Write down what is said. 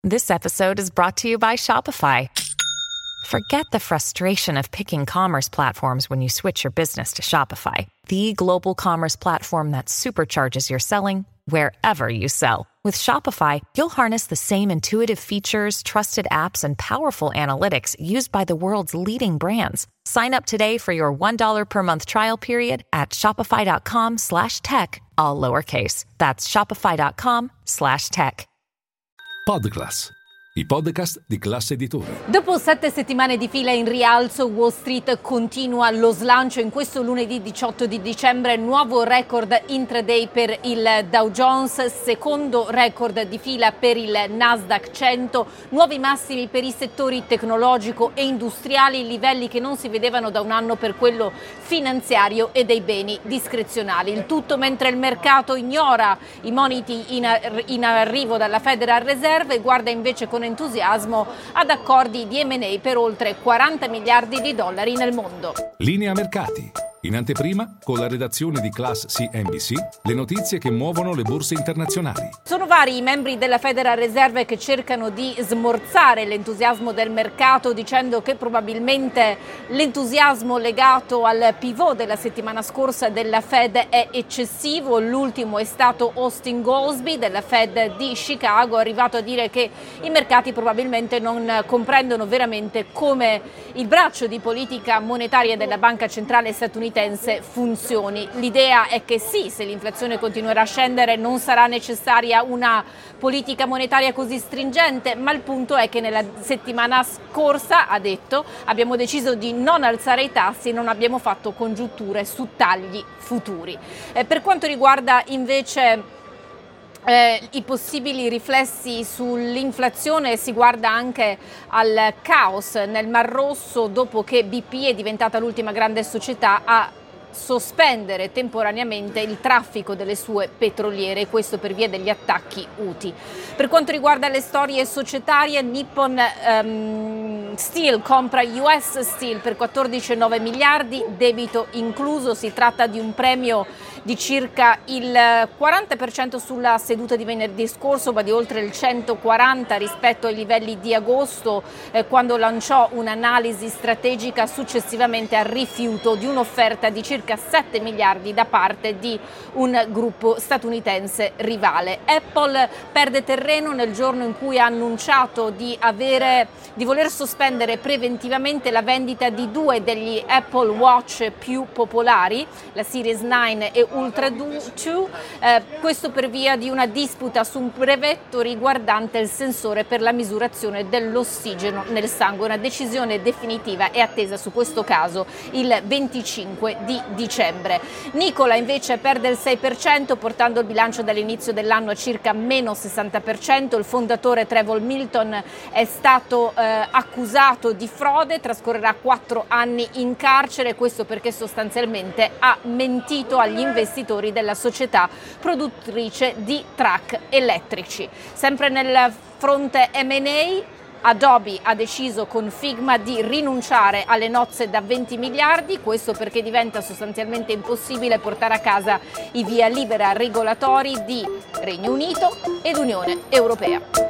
This episode is brought to you by Shopify. Forget the frustration of picking commerce platforms when you switch your business to Shopify, the global commerce platform that supercharges your selling wherever you sell. With Shopify, you'll harness the same intuitive features, trusted apps, and powerful analytics used by the world's leading brands. Sign up today for your $1 per month trial period at shopify.com/tech, all lowercase. That's shopify.com/tech. Podclass, i podcast di Class Editori. Dopo 7 settimane di fila in rialzo, Wall Street continua lo slancio. In questo lunedì 18 di dicembre, nuovo record intraday per il Dow Jones, secondo record di fila per il Nasdaq 100, nuovi massimi per i settori tecnologico e industriali, livelli che non si vedevano da un anno per quello finanziario e dei beni discrezionali. Il tutto mentre il mercato ignora i moniti in arrivo dalla Federal Reserve e guarda invece con entusiasmo ad accordi di M&A per oltre 40 miliardi di dollari nel mondo. Linea mercati. In anteprima, con la redazione di Class CNBC, le notizie che muovono le borse internazionali. Sono vari i membri della Federal Reserve che cercano di smorzare l'entusiasmo del mercato, dicendo che probabilmente l'entusiasmo legato al pivot della settimana scorsa della Fed è eccessivo. L'ultimo è stato Austin Goolsbee della Fed di Chicago, arrivato a dire che i mercati probabilmente non comprendono veramente come il braccio di politica monetaria della Banca Centrale statunitense funzioni. L'idea è che sì, se l'inflazione continuerà a scendere non sarà necessaria una politica monetaria così stringente, ma il punto è che nella settimana scorsa, ha detto, abbiamo deciso di non alzare i tassi e non abbiamo fatto congiunture su tagli futuri. Per quanto riguarda invece i possibili riflessi sull'inflazione, si guarda anche al caos nel Mar Rosso dopo che BP è diventata l'ultima grande società a sospendere temporaneamente il traffico delle sue petroliere, questo per via degli attacchi Houthi. Per quanto riguarda le storie societarie, Nippon Steel compra US Steel per 14,9 miliardi, debito incluso. Si tratta di un premio di circa il 40% sulla seduta di venerdì scorso, ma di oltre il 140% rispetto ai livelli di agosto, quando lanciò un'analisi strategica successivamente al rifiuto di un'offerta di circa 7 miliardi da parte di un gruppo statunitense rivale. Apple perde terreno nel giorno in cui ha annunciato di voler sospendere preventivamente la vendita di 2 degli Apple Watch più popolari, la Series 9 e Ultra 2, questo per via di una disputa su un brevetto riguardante il sensore per la misurazione dell'ossigeno nel sangue. Una decisione definitiva è attesa su questo caso il 25 di dicembre. Nikola invece perde il 6%, portando il bilancio dall'inizio dell'anno a circa meno 60%. Il fondatore Trevor Milton è stato accusato di frode, trascorrerà 4 anni in carcere, questo perché sostanzialmente ha mentito agli investitori della società produttrice di truck elettrici. Sempre nel fronte M&A, Adobe ha deciso con Figma di rinunciare alle nozze da 20 miliardi, questo perché diventa sostanzialmente impossibile portare a casa i via libera regolatori di Regno Unito ed Unione Europea.